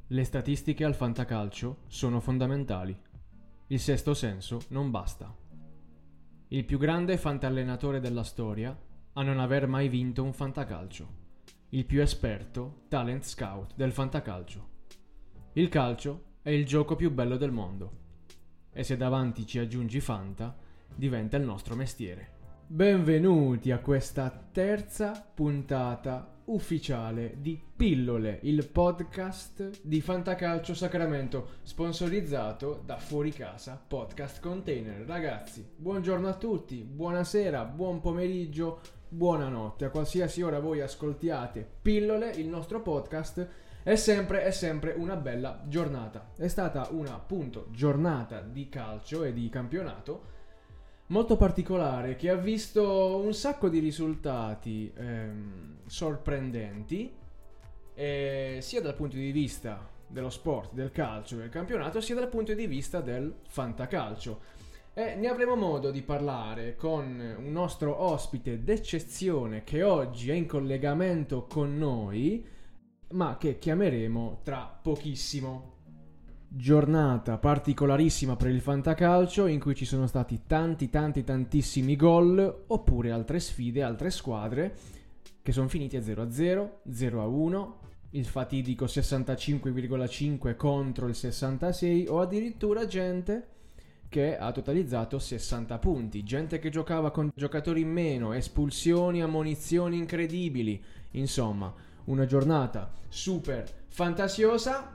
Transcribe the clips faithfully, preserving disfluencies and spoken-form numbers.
Le statistiche al fantacalcio sono fondamentali. Il sesto senso non basta. Il più grande fantallenatore della storia a non aver mai vinto un fantacalcio. Il più esperto talent scout del fantacalcio. Il calcio è il gioco più bello del mondo. E se davanti ci aggiungi Fanta, diventa il nostro mestiere. Benvenuti a questa terza puntata ufficiale di Pillole, il podcast di Fantacalcio Sacramento, sponsorizzato da Fuori Casa Podcast Container. Ragazzi, buongiorno a tutti, buonasera, buon pomeriggio, buonanotte, a qualsiasi ora voi ascoltiate Pillole, il nostro podcast. È sempre, è sempre una bella giornata. È stata una, appunto, giornata di calcio e di campionato molto particolare, che ha visto un sacco di risultati ehm, sorprendenti, eh, sia dal punto di vista dello sport, del calcio, del campionato, sia dal punto di vista del fantacalcio. E ne avremo modo di parlare con un nostro ospite d'eccezione che oggi è in collegamento con noi, ma che chiameremo tra pochissimo. Giornata particolarissima per il fantacalcio, in cui ci sono stati tanti tanti tantissimi gol, oppure altre sfide, altre squadre che sono finite zero a zero, zero a uno, il fatidico sessantacinque virgola cinque contro il sessantasei, o addirittura gente che ha totalizzato sessanta punti, gente che giocava con giocatori in meno, espulsioni, ammonizioni incredibili. Insomma, una giornata super fantasiosa.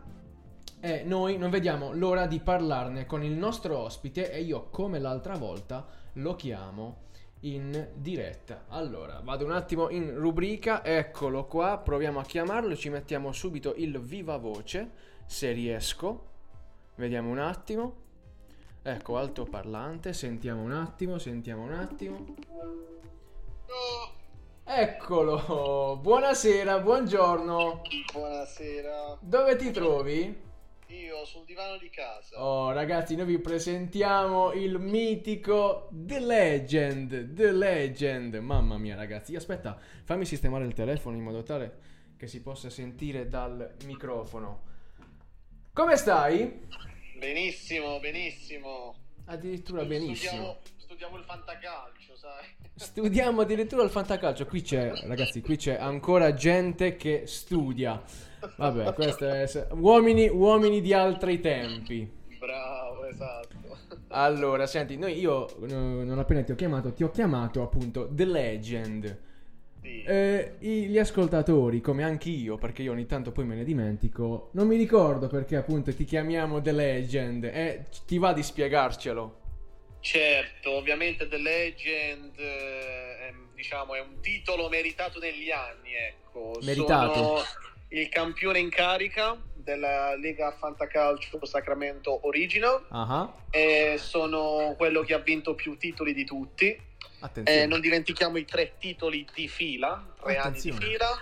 E noi non vediamo l'ora di parlarne con il nostro ospite, e io, come l'altra volta, lo chiamo in diretta. Allora, vado un attimo in rubrica, eccolo qua, proviamo a chiamarlo, ci mettiamo subito il viva voce, se riesco. Vediamo un attimo. Ecco, altoparlante, sentiamo un attimo, sentiamo un attimo. Eccolo, buonasera, buongiorno. Buonasera. Dove ti trovi? Io sul divano di casa. Oh ragazzi, noi vi presentiamo il mitico The Legend, The Legend. Mamma mia ragazzi, aspetta, fammi sistemare il telefono in modo tale che si possa sentire dal microfono. Come stai? Benissimo, benissimo. Addirittura benissimo. Studiamo, studiamo il fantacalcio, sai? Studiamo addirittura il fantacalcio. Qui c'è, ragazzi, qui c'è ancora gente che studia. Vabbè, questo è uomini, uomini di altri tempi. Bravo, esatto. Allora, senti, noi io non appena ti ho chiamato, ti ho chiamato appunto The Legend. Sì. Eh, i- gli ascoltatori, come anche io, perché io ogni tanto poi me ne dimentico, non mi ricordo perché appunto ti chiamiamo The Legend. E ti va di spiegarcelo? Certo, ovviamente The Legend eh, è, diciamo, è un titolo meritato negli anni, ecco. Meritato. Sono il campione in carica della Lega Fantacalcio Sacramento Original. Ah, E sono quello che ha vinto più titoli di tutti. attenzione. Eh, non dimentichiamo i tre titoli di fila, tre Attenzione. anni di fila.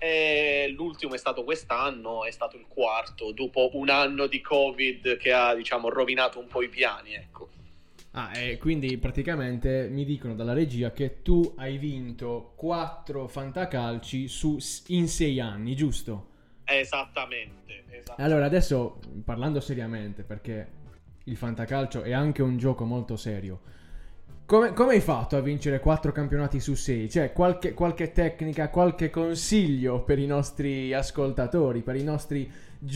E l'ultimo è stato quest'anno, è stato il quarto, dopo un anno di Covid che ha, diciamo, rovinato un po' i piani, ecco. Ah, e quindi praticamente mi dicono dalla regia che tu hai vinto quattro fantacalci su, in sei anni, giusto? Esattamente, esattamente. Allora, adesso parlando seriamente, perché il fantacalcio è anche un gioco molto serio. Come, come hai fatto a vincere quattro campionati su sei? Cioè, qualche, qualche tecnica, qualche consiglio per i nostri ascoltatori, per i nostri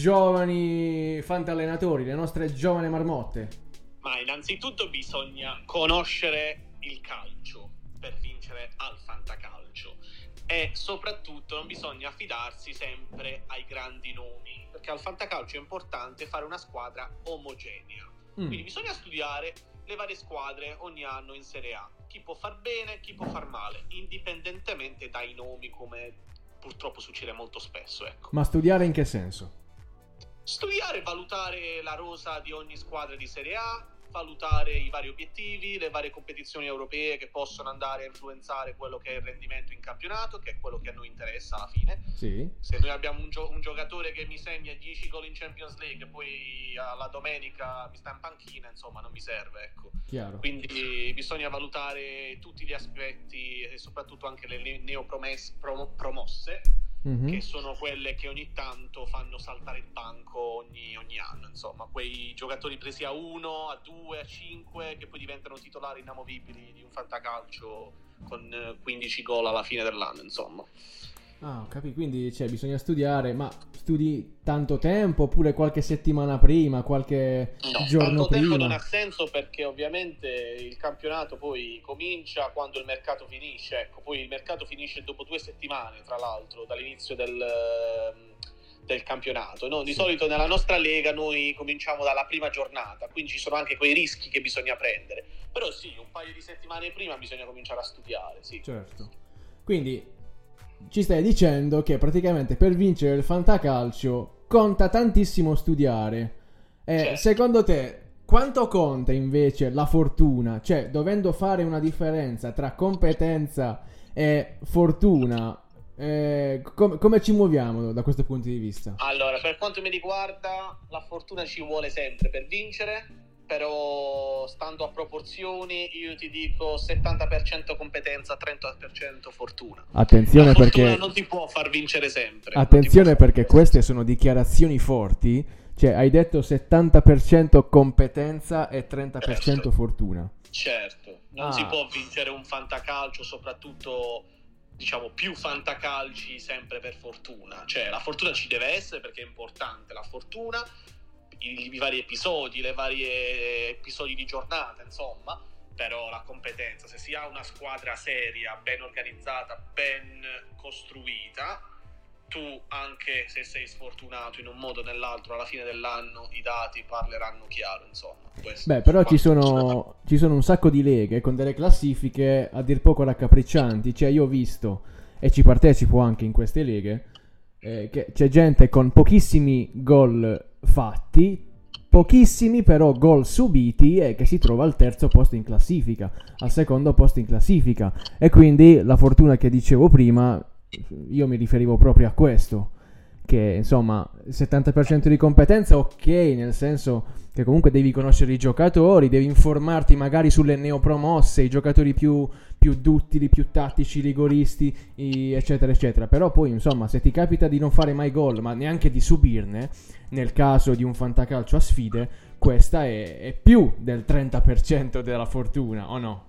giovani fantallenatori, le nostre giovani marmotte? Ma innanzitutto bisogna conoscere il calcio per vincere al fantacalcio, e soprattutto non bisogna affidarsi sempre ai grandi nomi, perché al fantacalcio è importante fare una squadra omogenea. Mm. Quindi bisogna studiare le varie squadre ogni anno in Serie A, chi può far bene, chi può far male, indipendentemente dai nomi, come purtroppo succede molto spesso, ecco. Ma studiare in che senso? Studiare, valutare la rosa di ogni squadra di Serie A, valutare i vari obiettivi, le varie competizioni europee che possono andare a influenzare quello che è il rendimento in campionato, che è quello che a noi interessa alla fine. Sì. Se noi abbiamo un, gio- un giocatore che mi segna dieci gol in Champions League e poi alla domenica mi sta in panchina, insomma non mi serve, ecco. Chiaro. Quindi bisogna valutare tutti gli aspetti e soprattutto anche le ne- neopromosse mm-hmm. che sono quelle che ogni tanto fanno saltare il banco ogni, ogni anno, insomma, quei giocatori presi a uno, a due, a cinque, che poi diventano titolari inamovibili di un fantacalcio con quindici gol alla fine dell'anno, insomma. Ah, ho capito, quindi cioè, bisogna studiare, ma studi tanto tempo oppure qualche settimana prima, qualche no, giorno tanto prima? tempo non ha senso, perché ovviamente il campionato poi comincia quando il mercato finisce, ecco, poi il mercato finisce dopo due settimane, tra l'altro, dall'inizio del, del campionato, no? Di sì. Solito nella nostra lega noi cominciamo dalla prima giornata, quindi ci sono anche quei rischi che bisogna prendere, però sì, un paio di settimane prima bisogna cominciare a studiare, sì. Certo, quindi ci stai dicendo che praticamente per vincere il fantacalcio conta tantissimo studiare. Eh, certo. Secondo te quanto conta invece la fortuna? Cioè, dovendo fare una differenza tra competenza e fortuna, eh, com- come ci muoviamo da questo punto di vista? Allora, per quanto mi riguarda, la fortuna ci vuole sempre per vincere, però stando a proporzioni io ti dico settanta per cento competenza, trenta per cento fortuna. Attenzione, la fortuna perché non ti può far vincere sempre. Attenzione, perché queste sono dichiarazioni forti. Cioè, hai detto settanta per cento competenza e trenta per cento certo. fortuna. Certo, non ah. si può vincere un fantacalcio, soprattutto diciamo più fantacalci, sempre per fortuna. Cioè, la fortuna ci deve essere perché è importante, la fortuna, I, i vari episodi, le varie episodi di giornata, insomma, però la competenza, se si ha una squadra seria, ben organizzata, ben costruita, tu anche se sei sfortunato in un modo o nell'altro, alla fine dell'anno i dati parleranno chiaro, insomma. Beh, però ci sono, ci sono un sacco di leghe con delle classifiche a dir poco raccapriccianti. Cioè, io ho visto, e ci partecipo anche in queste leghe, eh, che c'è gente con pochissimi gol fatti, pochissimi però gol subiti, e che si trova al terzo posto in classifica, al secondo posto in classifica. E quindi la fortuna che dicevo prima, io mi riferivo proprio a questo, che insomma il settanta per cento di competenza, ok, nel senso che comunque devi conoscere i giocatori, devi informarti magari sulle neopromosse, i giocatori più, più duttili, più tattici, rigoristi, eccetera eccetera. Però poi insomma, se ti capita di non fare mai gol, ma neanche di subirne, nel caso di un fantacalcio a sfide, questa è, è più del trenta per cento della fortuna, o no?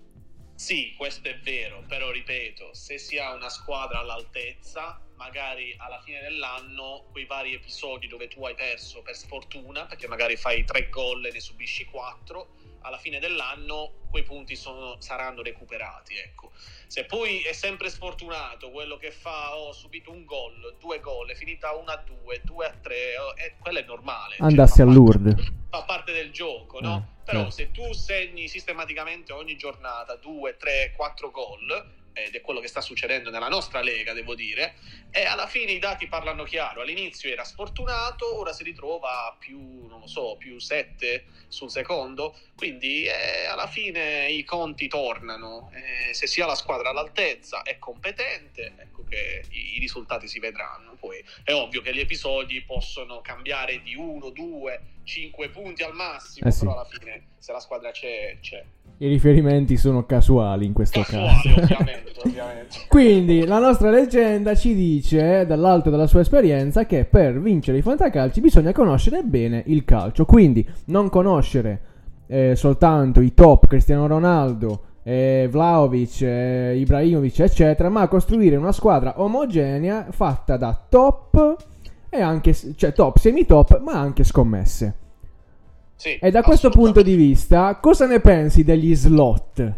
Sì, questo è vero, però ripeto, se si ha una squadra all'altezza, magari alla fine dell'anno quei vari episodi dove tu hai perso per sfortuna, perché magari fai tre gol e ne subisci quattro, alla fine dell'anno quei punti sono, saranno recuperati, ecco. Se poi è sempre sfortunato quello che fa, ho oh, subito un gol, due gol, è finita uno a due, due a tre, oh, eh, quello è normale. Andassi cioè, a Lourdes. Fa parte del gioco, no? Eh, Però certo. Se tu segni sistematicamente ogni giornata due, tre, quattro gol, ed è quello che sta succedendo nella nostra lega, devo dire, e alla fine i dati parlano chiaro. All'inizio era sfortunato, ora si ritrova più, non lo so, più sette sul secondo, quindi eh, alla fine i conti tornano. Eh, se si ha la squadra all'altezza, è competente, ecco che i, i risultati si vedranno. Poi è ovvio che gli episodi possono cambiare di uno, due, cinque punti al massimo, eh sì. Però alla fine se la squadra c'è, c'è. I riferimenti sono casuali in questo casuali, caso. Ovviamente, ovviamente. Quindi la nostra leggenda ci dice, dall'alto della sua esperienza, che per vincere i fantacalci bisogna conoscere bene il calcio. Quindi non conoscere eh, soltanto i top, Cristiano Ronaldo, eh, Vlahovic, eh, Ibrahimovic, eccetera, ma costruire una squadra omogenea fatta da top e anche, cioè top, semi-top, ma anche scommesse. Sì, e da questo punto di vista, cosa ne pensi degli slot?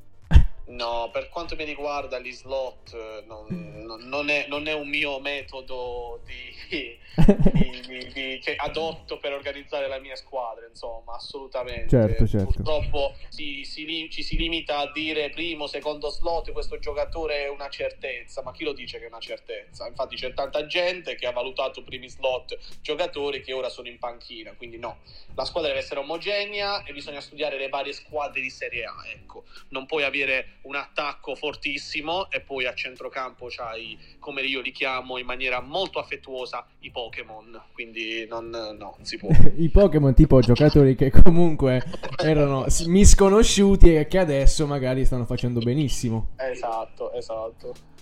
No, per quanto mi riguarda gli slot non, non, non, è, non è un mio metodo di, di, di, di, che adotto per organizzare la mia squadra, insomma, assolutamente. Certo, certo. Purtroppo si, si, ci si limita a dire primo, secondo slot, questo giocatore è una certezza, ma chi lo dice che è una certezza? Infatti c'è tanta gente che ha valutato primi slot giocatori che ora sono in panchina, quindi no, la squadra deve essere omogenea e bisogna studiare le varie squadre di Serie A, ecco, non puoi avere un attacco fortissimo e poi a centrocampo c'hai, come io li chiamo in maniera molto affettuosa, i Pokémon, quindi non, no, non si può. I Pokémon tipo giocatori che comunque erano misconosciuti e che adesso magari stanno facendo benissimo. Esatto, esatto.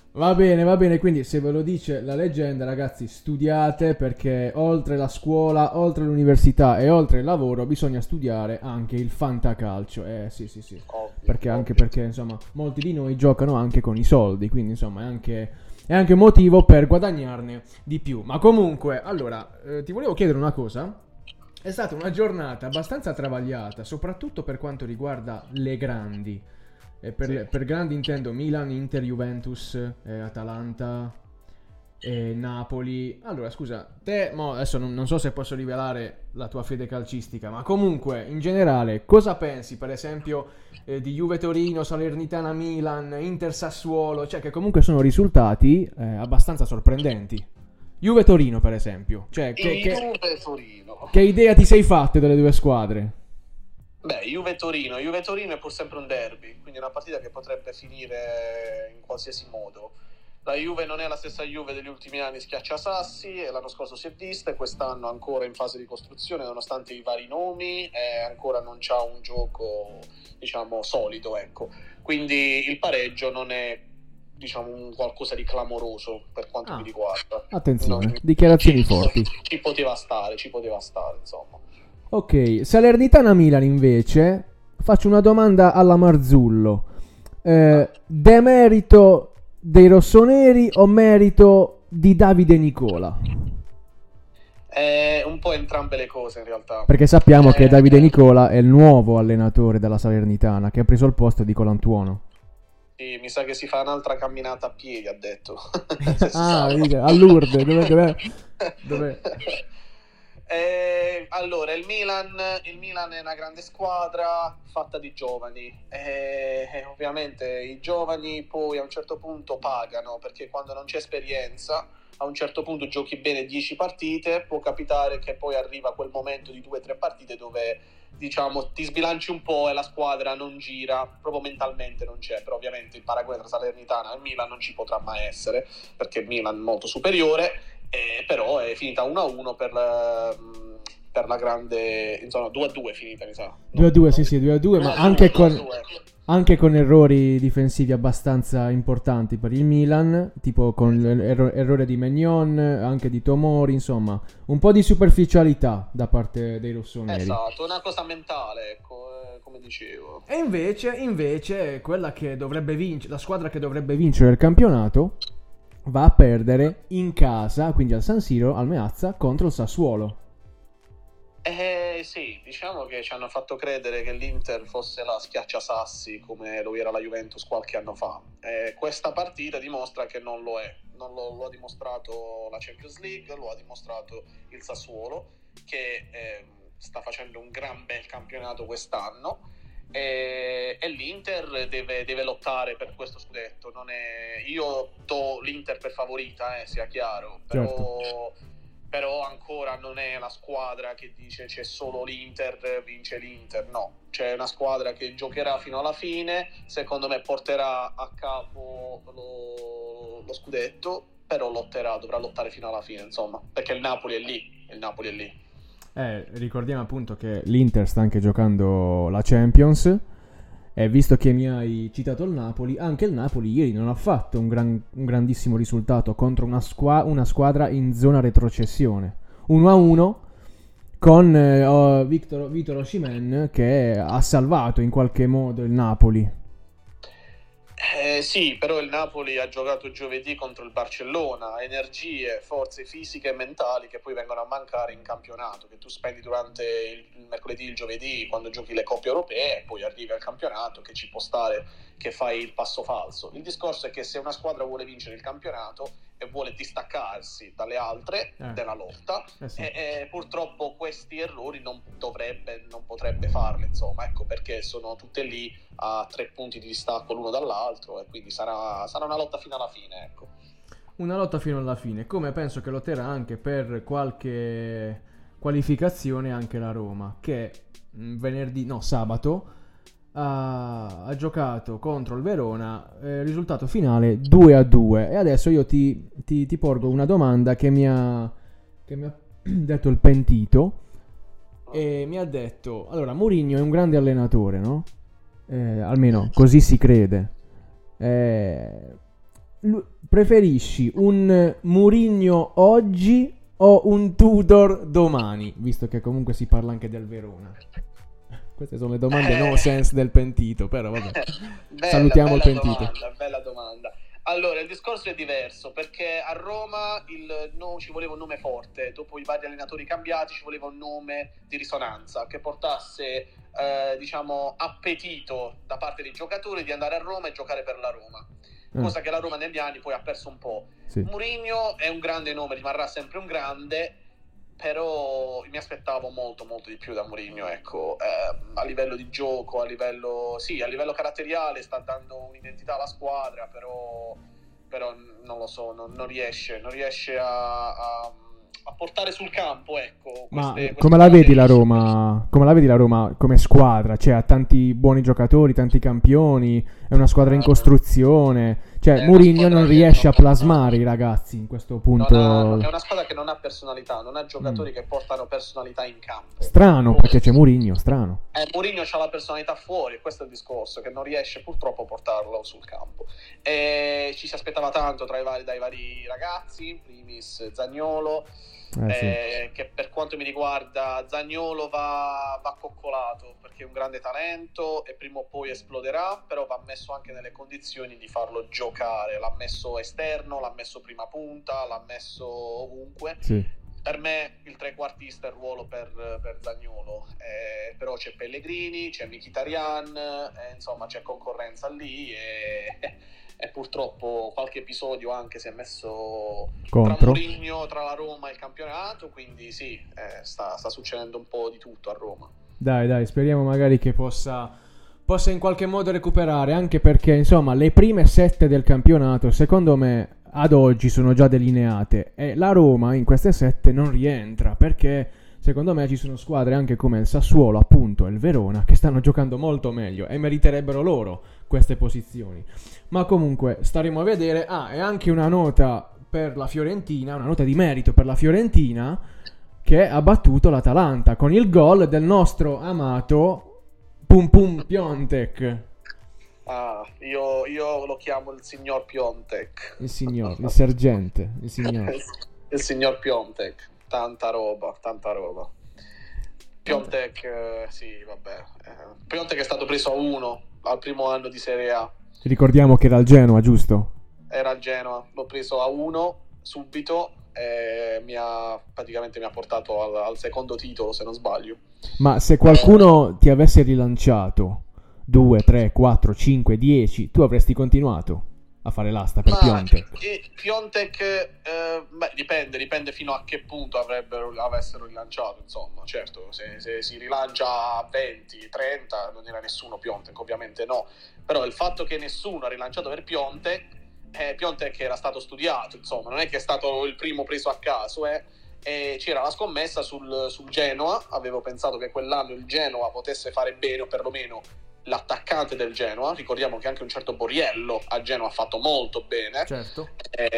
Va bene, va bene, quindi se ve lo dice la leggenda, ragazzi, studiate, perché oltre la scuola, oltre l'università e oltre il lavoro bisogna studiare anche il fantacalcio. Eh sì, sì, sì. Ovvio, Perché anche ovvio. perché insomma molti di noi giocano anche con i soldi, quindi insomma è anche, è anche un motivo per guadagnarne di più. Ma comunque, allora, eh, ti volevo chiedere una cosa. È stata una giornata abbastanza travagliata, soprattutto per quanto riguarda le grandi. E per, Sì. le- per grandi intendo Milan, Inter, Juventus, eh, Atalanta, e Napoli. Allora, scusa, te, mo adesso non, non so se posso rivelare la tua fede calcistica, ma comunque, in generale, cosa pensi, per esempio, eh, di Juve Torino, Salernitana Milan, Inter Sassuolo, cioè che comunque sono risultati eh, abbastanza sorprendenti. Juve Torino, per esempio, cioè che, Il che, Juve Torino. che idea ti sei fatte delle due squadre? Beh, Juve Torino, Juve Torino è pur sempre un derby, quindi è una partita che potrebbe finire in qualsiasi modo. La Juve non è la stessa Juve degli ultimi anni schiacciasassi, e l'anno scorso si è vista e quest'anno ancora in fase di costruzione, nonostante i vari nomi, e ancora non c'ha un gioco, diciamo, solido, ecco. Quindi il pareggio non è, diciamo, un qualcosa di clamoroso per quanto Ah, mi riguarda. attenzione, Non- dichiarazioni ci- forti. Ci poteva stare, ci poteva stare, insomma. Ok, Salernitana Milan invece, faccio una domanda alla Marzullo. Eh, demerito dei rossoneri o merito di Davide Nicola? È un po' entrambe le cose in realtà. Perché sappiamo che Eh, Davide Nicola è il nuovo allenatore della Salernitana, che ha preso il posto di Colantuono. Sì, mi sa che si fa un'altra camminata a piedi, ha detto. Se si Ah, salva. mica, a Lourdes, dove, dove, dove? Eh, allora, il Milan, il Milan è una grande squadra fatta di giovani. Eh, eh, ovviamente i giovani poi a un certo punto pagano, perché quando non c'è esperienza, a un certo punto giochi bene dieci partite, può capitare che poi arriva quel momento di due o tre partite dove, diciamo, ti sbilanci un po' e la squadra non gira, proprio mentalmente non c'è. Però ovviamente il paragone tra Salernitana e Milan non ci potrà mai essere, perché il Milan è molto superiore. Eh, però è finita uno a uno per, ehm, per la grande, insomma, due a due è finita, mi sa. due a due, sì, sì, due a due, ma anche con, anche con errori difensivi abbastanza importanti per il Milan, tipo con l'errore di Maignan, anche di Tomori, insomma, un po' di superficialità da parte dei rossoneri. Esatto, una cosa mentale, ecco, eh, come dicevo. E invece, invece, quella che dovrebbe vincere, la squadra che dovrebbe vincere il campionato va a perdere in casa, quindi al San Siro, al Meazza, contro il Sassuolo. Eh sì, diciamo che ci hanno fatto credere che l'Inter fosse la schiacciasassi come lo era la Juventus qualche anno fa. Eh, questa partita dimostra che non lo è. Non lo, lo ha dimostrato la Champions League, lo ha dimostrato il Sassuolo, che eh, sta facendo un gran bel campionato quest'anno. E, e l'Inter deve, deve lottare per questo scudetto. Non è, io do l'Inter per favorita, eh, sia chiaro, però, Certo. però ancora non è la squadra che dice c'è solo l'Inter, vince l'Inter. No, c'è una squadra che giocherà fino alla fine, secondo me porterà a capo lo, lo scudetto, però lotterà, dovrà lottare fino alla fine, insomma, perché il Napoli è lì, il Napoli è lì. Eh, ricordiamo appunto che l'Inter sta anche giocando la Champions, e visto che mi hai citato il Napoli, anche il Napoli ieri non ha fatto un, gran, un grandissimo risultato contro una, squa- una squadra in zona retrocessione. uno a uno con eh, oh, Victor, Vitor Osimhen, che ha salvato in qualche modo il Napoli. Eh, sì, però il Napoli ha giocato giovedì contro il Barcellona, energie, forze fisiche e mentali che poi vengono a mancare in campionato, che tu spendi durante il mercoledì, il giovedì, quando giochi le coppe europee, e poi arrivi al campionato che ci può stare che fai il passo falso. Il discorso è che se una squadra vuole vincere il campionato e vuole distaccarsi dalle altre Eh. della lotta, Eh sì. e, e purtroppo questi errori non dovrebbe, non potrebbe farli, insomma, ecco, perché sono tutte lì a tre punti di distacco l'uno dall'altro, e quindi sarà, sarà una lotta fino alla fine, ecco. Una lotta fino alla fine, come penso che lotterà anche per qualche qualificazione anche la Roma, che mh, venerdì, no, sabato ha, ha giocato contro il Verona, eh, risultato finale due a due. E adesso io ti, ti, ti porgo una domanda che mi ha, che mi ha detto il pentito, e mi ha detto: allora, Mourinho è un grande allenatore, no? Eh, almeno così si crede. Eh, preferisci un Mourinho oggi o un Tudor domani? Visto che comunque si parla anche del Verona. Queste sono le domande eh. no sense del pentito, però vabbè. bella, Salutiamo bella il pentito. Domanda, bella domanda. Allora, il discorso è diverso, perché a Roma il, no, ci voleva un nome forte, dopo i vari allenatori cambiati ci voleva un nome di risonanza, che portasse, eh, diciamo, appetito da parte dei giocatori di andare a Roma e giocare per la Roma, eh. cosa che la Roma negli anni poi ha perso un po'. Sì. Mourinho è un grande nome, rimarrà sempre un grande, però mi aspettavo molto molto di più da Mourinho, ecco, eh, a livello di gioco, a livello sì, a livello caratteriale sta dando un'identità alla squadra, però, però non lo so, non, non riesce, non riesce a, a, a portare sul campo, ecco. Queste, Ma queste come la vedi la Roma? Come la vedi la Roma come squadra? Cioè, ha tanti buoni giocatori, tanti campioni, è una squadra in costruzione. Cioè, Mourinho non riesce a plasmare i ragazzi in questo punto. Ha, è una squadra che non ha personalità, non ha giocatori mm. che portano personalità in campo. Strano, Poi, perché c'è Mourinho, strano. Eh, Mourinho ha la personalità fuori, questo è il discorso, che non riesce purtroppo a portarlo sul campo. E ci si aspettava tanto tra i vari, dai vari ragazzi, in primis Zaniolo, eh, eh, sì. che per quanto mi riguarda Zaniolo va, va coccolato, perché è un grande talento e prima o poi esploderà, però va messo anche nelle condizioni di farlo giocare. L'ha messo esterno, l'ha messo prima punta, l'ha messo ovunque. Sì. Per me il trequartista è il ruolo per, per Zaniolo, eh, però c'è Pellegrini, c'è Mkhitaryan, eh, insomma c'è concorrenza lì e, e purtroppo qualche episodio anche si è messo contro. Tra Mourinho, tra la Roma e il campionato, quindi sì, eh, sta, sta succedendo un po' di tutto a Roma. Dai dai, speriamo magari che possa, possa in qualche modo recuperare, anche perché insomma le prime sette del campionato secondo me ad oggi sono già delineate e la Roma in queste sette non rientra, perché secondo me ci sono squadre anche come il Sassuolo, appunto, e il Verona che stanno giocando molto meglio e meriterebbero loro queste posizioni. Ma comunque staremo a vedere. Ah, e anche una nota per la Fiorentina, una nota di merito per la Fiorentina, che ha battuto l'Atalanta con il gol del nostro amato Pum Pum Piontek. Ah, io, io lo chiamo il signor Piontek. Il signor, il sergente, il signor. il signor Piontek, tanta roba, tanta roba. Piontek, eh, sì, vabbè. Eh, Piontek è stato preso a uno al primo anno di Serie A. Ricordiamo che era al Genoa, giusto? Era al Genoa, l'ho preso a uno subito e mi ha, praticamente mi ha portato al, al secondo titolo, se non sbaglio. Ma se qualcuno eh, ti avesse rilanciato due, tre, quattro, cinque, dieci, tu avresti continuato a fare l'asta per Piontek? Piontek, eh, beh, dipende, dipende fino a che punto avrebbero, avessero rilanciato, insomma, certo, se, se si rilancia a venti, trenta, non era nessuno Piontek, ovviamente no, però il fatto che nessuno ha rilanciato per Piontek, eh, Piontek era stato studiato, insomma, non è che è stato il primo preso a caso, eh, e c'era la scommessa sul, sul Genoa, avevo pensato che quell'anno il Genoa potesse fare bene, o perlomeno l'attaccante del Genoa, ricordiamo che anche un certo Borriello a Genoa ha fatto molto bene, certo.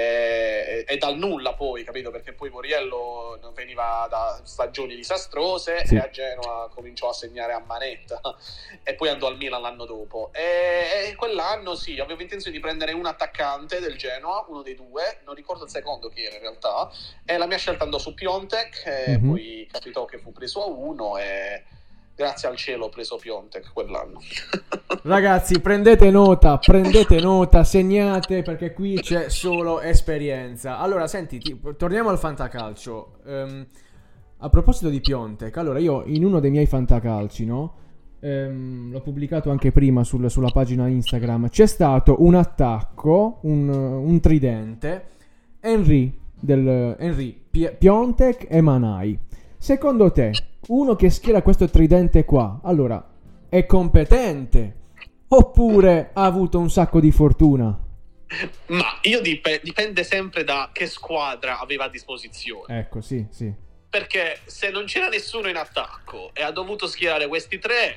e, e dal nulla poi, capito, perché poi Borriello veniva da stagioni disastrose, sì. E a Genoa cominciò a segnare a manetta e poi andò al Milan l'anno dopo e, e quell'anno sì, avevo intenzione di prendere un attaccante del Genoa, uno dei due, non ricordo il secondo chi era in realtà, e la mia scelta andò su Piontek e mm-hmm. poi capitò che fu preso a uno e grazie al cielo ho preso Piontek quell'anno. Ragazzi, prendete nota, prendete nota, segnate, perché qui c'è solo esperienza. Allora, senti, ti, torniamo al fantacalcio. Um, a proposito di Piontek, allora io in uno dei miei fantacalci, no? Um, l'ho pubblicato anche prima sul, sulla pagina Instagram. C'è stato un attacco, un, un tridente, Henry, del, Henry P- Piontek e Manai. Secondo te, uno che schiera questo tridente qua, allora, è competente oppure ha avuto un sacco di fortuna? Ma io dip- dipende sempre da che squadra aveva a disposizione. Ecco, sì, sì. Perché se non c'era nessuno in attacco e ha dovuto schierare questi tre,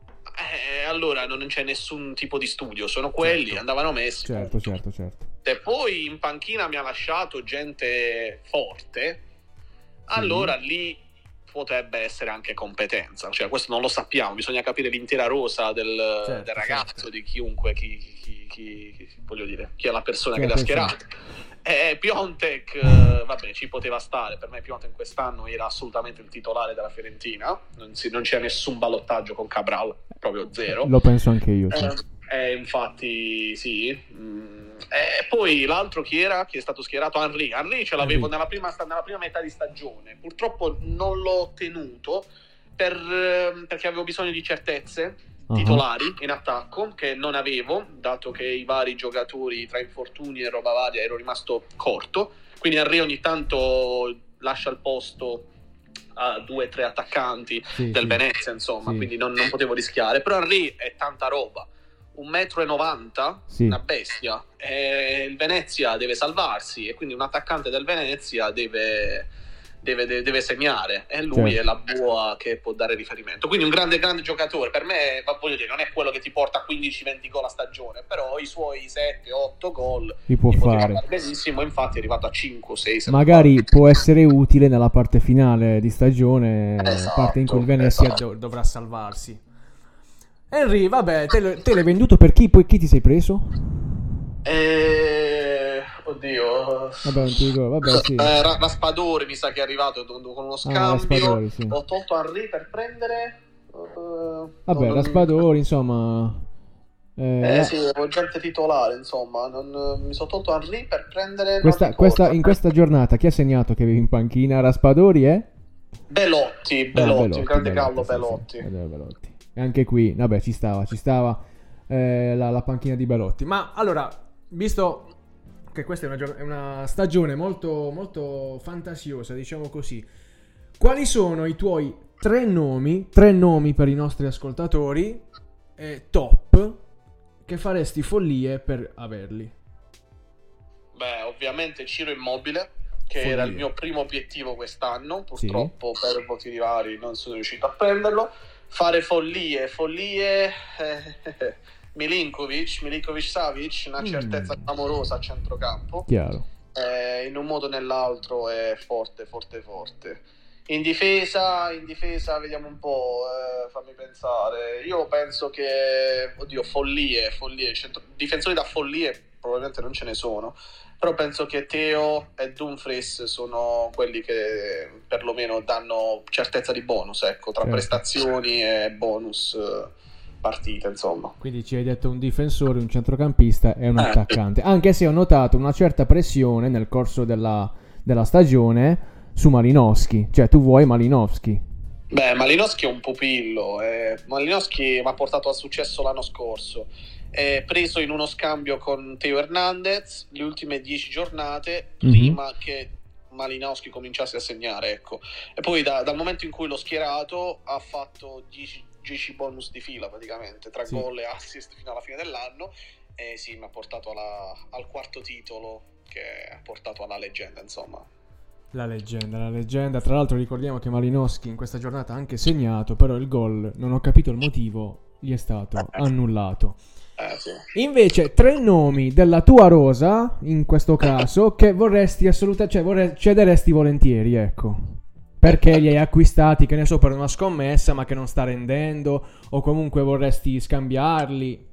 eh, allora non c'è nessun tipo di studio, sono quelli, certo. Andavano messi. Certo, certo, certo. E poi in panchina mi ha lasciato gente forte, allora sì. Lì potrebbe essere anche competenza, cioè questo non lo sappiamo, bisogna capire l'intera rosa del, certo, del ragazzo, certo. di chiunque, chi, chi, chi, chi, voglio dire, chi è la persona chi che l'ha schierato. E Piontek, eh, vabbè, ci poteva stare, per me Piontek quest'anno era assolutamente il titolare della Fiorentina, non, si, non c'è nessun ballottaggio con Cabral, proprio zero. Lo penso anche io, sì. Eh, eh, infatti sì. Mm. E poi l'altro chi era? Chi è stato schierato? Henry. Henry ce l'avevo nella prima, nella prima metà di stagione. Purtroppo non l'ho tenuto per, perché avevo bisogno di certezze uh-huh. titolari in attacco, che non avevo, dato che i vari giocatori tra infortuni e roba varia ero rimasto corto. Quindi Henry ogni tanto lascia il posto a due o tre attaccanti sì, del sì. Venezia, insomma, sì. quindi non, non potevo rischiare. Però Henry è tanta roba. Un metro e novanta, sì. una bestia, e il Venezia deve salvarsi e quindi un attaccante del Venezia deve, deve, deve, deve segnare e lui certo. è la boa che può dare riferimento, quindi un grande grande giocatore. Per me, voglio dire, non è quello che ti porta quindici venti gol a stagione, però i suoi sette otto gol li può fare benissimo, infatti è arrivato a cinque sei, magari volte. Può essere utile nella parte finale di stagione, esatto, parte in cui il Venezia esatto. do- dovrà salvarsi. Henry, vabbè, te, te l'hai venduto per chi? Poi chi ti sei preso? Eh, oddio. Vabbè, non ti dico, vabbè, sì. Eh, Raspadori mi sa che è arrivato con uno scambio. Ah, sì. Ho tolto Henry per prendere. Uh, vabbè, non... Raspadori, insomma. Eh, eh sì, avevo gente titolare, insomma. Non, mi sono tolto Henry per prendere. Questa, questa, in questa giornata chi ha segnato che avevi in panchina? Raspadori, eh? Belotti, Belotti, ah, Belotti un grande Belotti, callo Belotti. Sì, sì. Belotti. E anche qui, vabbè, ci stava, ci stava eh, la, la panchina di Belotti. Ma allora, visto che questa è una, è una stagione molto, molto fantasiosa, diciamo così, quali sono i tuoi tre nomi, tre nomi per i nostri ascoltatori eh, top che faresti follie per averli? Beh, ovviamente Ciro Immobile, che follie. Era il mio primo obiettivo quest'anno, purtroppo sì. per motivi vari non sono riuscito a prenderlo. Fare follie, follie, eh, Milinkovic, Milinkovic-Savic, una certezza mm. clamorosa a centrocampo. Chiaro. Eh, in un modo o nell'altro è forte, forte, forte. In difesa, in difesa vediamo un po', eh, fammi pensare. Io penso che, oddio, follie, follie, centro... difensori da follie probabilmente non ce ne sono. Però penso che Teo e Dumfries sono quelli che perlomeno danno certezza di bonus, ecco, tra certo. prestazioni e bonus partite, insomma. Quindi ci hai detto un difensore, un centrocampista e un eh. attaccante. Anche se ho notato una certa pressione nel corso della, della stagione su Malinowski. Cioè, tu vuoi Malinowski? Beh, Malinowski è un pupillo. Eh. Malinowski mi ha portato al successo l'anno scorso. È preso in uno scambio con Teo Hernandez le ultime dieci giornate mm-hmm. prima che Malinowski cominciasse a segnare, ecco. E poi da, dal momento in cui l'ho schierato ha fatto dieci bonus di fila praticamente tra sì. gol e assist fino alla fine dell'anno e sì, mi ha portato alla, al quarto titolo che ha portato alla leggenda, insomma. La leggenda, la leggenda. Tra l'altro ricordiamo che Malinowski in questa giornata ha anche segnato, però il gol, non ho capito il motivo, gli è stato eh. annullato. Eh, sì. Invece tre nomi della tua rosa in questo caso che vorresti assolutamente, cioè vorrei, cederesti volentieri, ecco, perché li hai acquistati, che ne so, per una scommessa ma che non sta rendendo, o comunque vorresti scambiarli.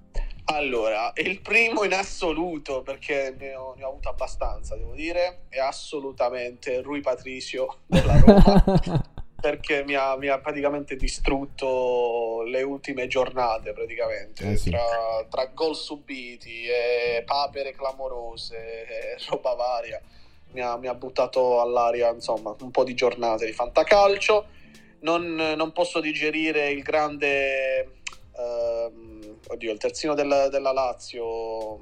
Allora, il primo in assoluto, perché ne ho, ne ho avuto abbastanza, devo dire, è assolutamente Rui Patricio della Roma. Perché mi ha, mi ha praticamente distrutto le ultime giornate praticamente eh sì. tra, tra gol subiti e papere clamorose e roba varia mi ha, mi ha buttato all'aria, insomma, un po' di giornate di fantacalcio. Non, non posso digerire il grande ehm, oddio il terzino del, della Lazio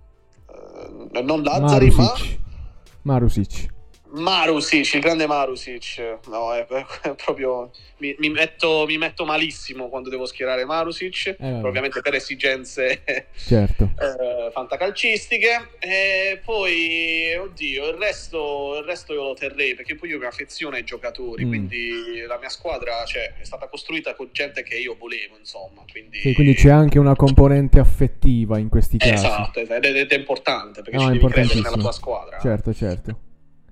eh, non Lazzari Marusic. ma Marusic Marusic, il grande Marusic, no, è, è proprio mi, mi, metto, mi metto malissimo quando devo schierare Marusic, eh, ovviamente per esigenze certo. eh, fantacalcistiche, e poi oddio, il resto, il resto io lo terrei perché poi io mi affeziono ai giocatori, mm. quindi la mia squadra, cioè, è stata costruita con gente che io volevo, insomma, quindi, sì, quindi c'è anche una componente affettiva in questi casi. Esatto, ed è, ed è importante perché no, ci devi credere nella tua squadra. Certo, certo.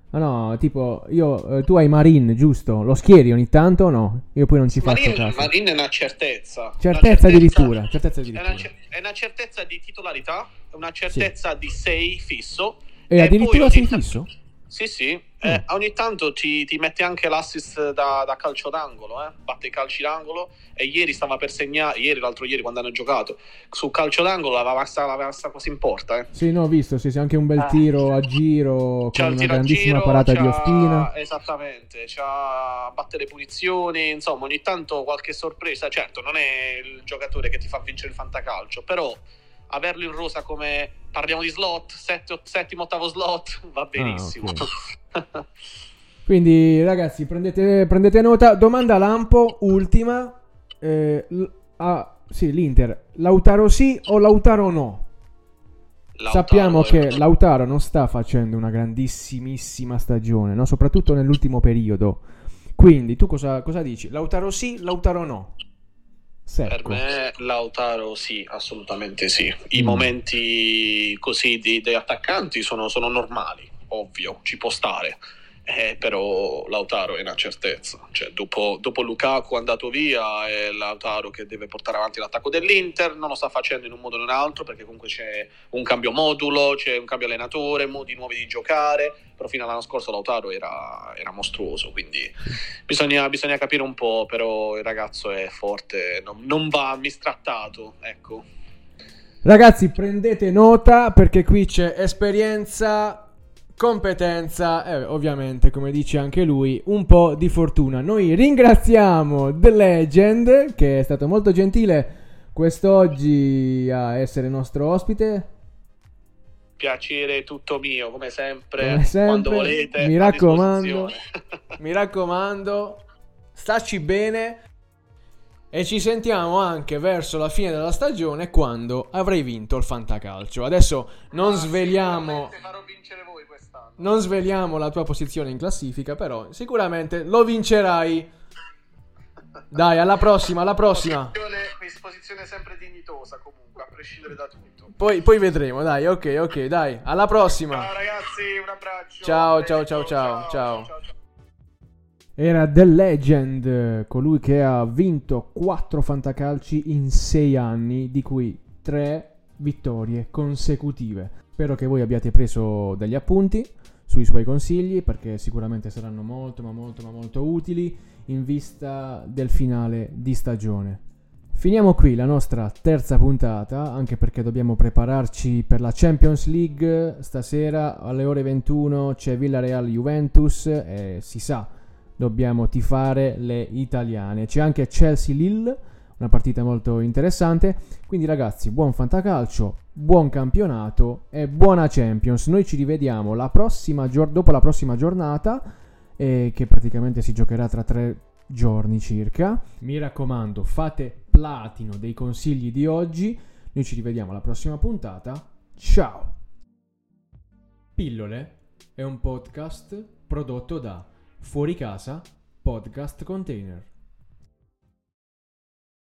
Ah no, tipo, io, eh, tu hai Marin, giusto? Lo schieri ogni tanto o no? Io poi non ci faccio Marin, caso. Marin è una certezza. Certezza, una certezza addirittura, certezza È addirittura. una, cer- è una certezza di titolarità, una certezza sì. di sei fisso. E, e addirittura sei t- fisso? Sì, sì. Eh, oh. Ogni tanto ti, ti mette anche l'assist da, da calcio d'angolo, eh? Batte i calci d'angolo. E ieri stava per segnare, ieri, l'altro ieri, quando hanno giocato, su calcio d'angolo l'aveva messa, l'aveva messa quasi in porta. Eh? Sì, no, ho visto, sì, sì, anche un bel tiro a giro, c'ha con il una tiro grandissima a giro, parata c'ha... di Ospina. Esattamente, c'ha batte le punizioni, insomma, ogni tanto qualche sorpresa. Certo, non è il giocatore che ti fa vincere il fantacalcio, però averlo in rosa come, parliamo di slot, sett- settimo, ottavo slot, va benissimo. Ah, okay. Quindi ragazzi, prendete, prendete nota. Domanda lampo, ultima. Eh, l- ah, sì, l'Inter. Lautaro sì o Lautaro no? Lautaro Sappiamo che è... Lautaro non sta facendo una grandissimissima stagione, no? Soprattutto nell'ultimo periodo. Quindi tu cosa, cosa dici? Lautaro sì, Lautaro no? Secco. Per me Lautaro sì, assolutamente sì. I mm. momenti così di, di attaccanti sono, sono normali, ovvio, ci può stare. Eh, però Lautaro è una certezza, cioè dopo, dopo Lukaku è andato via, è Lautaro che deve portare avanti l'attacco dell'Inter, non lo sta facendo in un modo o in un altro perché comunque c'è un cambio modulo, c'è un cambio allenatore, modi nuovi di giocare, però fino all'anno scorso Lautaro era, era mostruoso, quindi bisogna, bisogna capire un po', però il ragazzo è forte, non, non va mistrattato, ecco. Ragazzi, prendete nota perché qui c'è esperienza, competenza e ovviamente, come dice anche lui, un po' di fortuna. Noi ringraziamo The Legend, che è stato molto gentile quest'oggi a essere nostro ospite. Piacere tutto mio, come sempre, come sempre quando volete. Mi raccomando, mi raccomando, staci bene. E ci sentiamo anche verso la fine della stagione, quando avrai vinto il fantacalcio. Adesso non ah, sveliamo farò vincere voi quest'anno. Non sveliamo la tua posizione in classifica, però sicuramente lo vincerai. Dai, alla prossima, alla prossima. Posizione, posizione sempre dignitosa comunque, a prescindere da tutto. Poi, poi vedremo, dai, ok, ok, dai, alla prossima. Ciao ragazzi, un abbraccio. Ciao, ciao, ciao, ciao, ciao. ciao. Era The Legend, colui che ha vinto quattro fantacalci in sei anni, di cui tre vittorie consecutive. Spero che voi abbiate preso degli appunti sui suoi consigli, perché sicuramente saranno molto, ma molto, ma molto utili in vista del finale di stagione. Finiamo qui la nostra terza puntata, anche perché dobbiamo prepararci per la Champions League. Stasera alle ore ventuno c'è Villarreal-Juventus e si sa, dobbiamo tifare le italiane. C'è anche Chelsea-Lille, una partita molto interessante. Quindi ragazzi, buon fantacalcio, buon campionato e buona Champions. Noi ci rivediamo la prossima gior- dopo la prossima giornata, eh, che praticamente si giocherà tra tre giorni circa. Mi raccomando, fate platino dei consigli di oggi. Noi ci rivediamo alla prossima puntata. Ciao! Pillole è un podcast prodotto da Fuori Casa Podcast Container.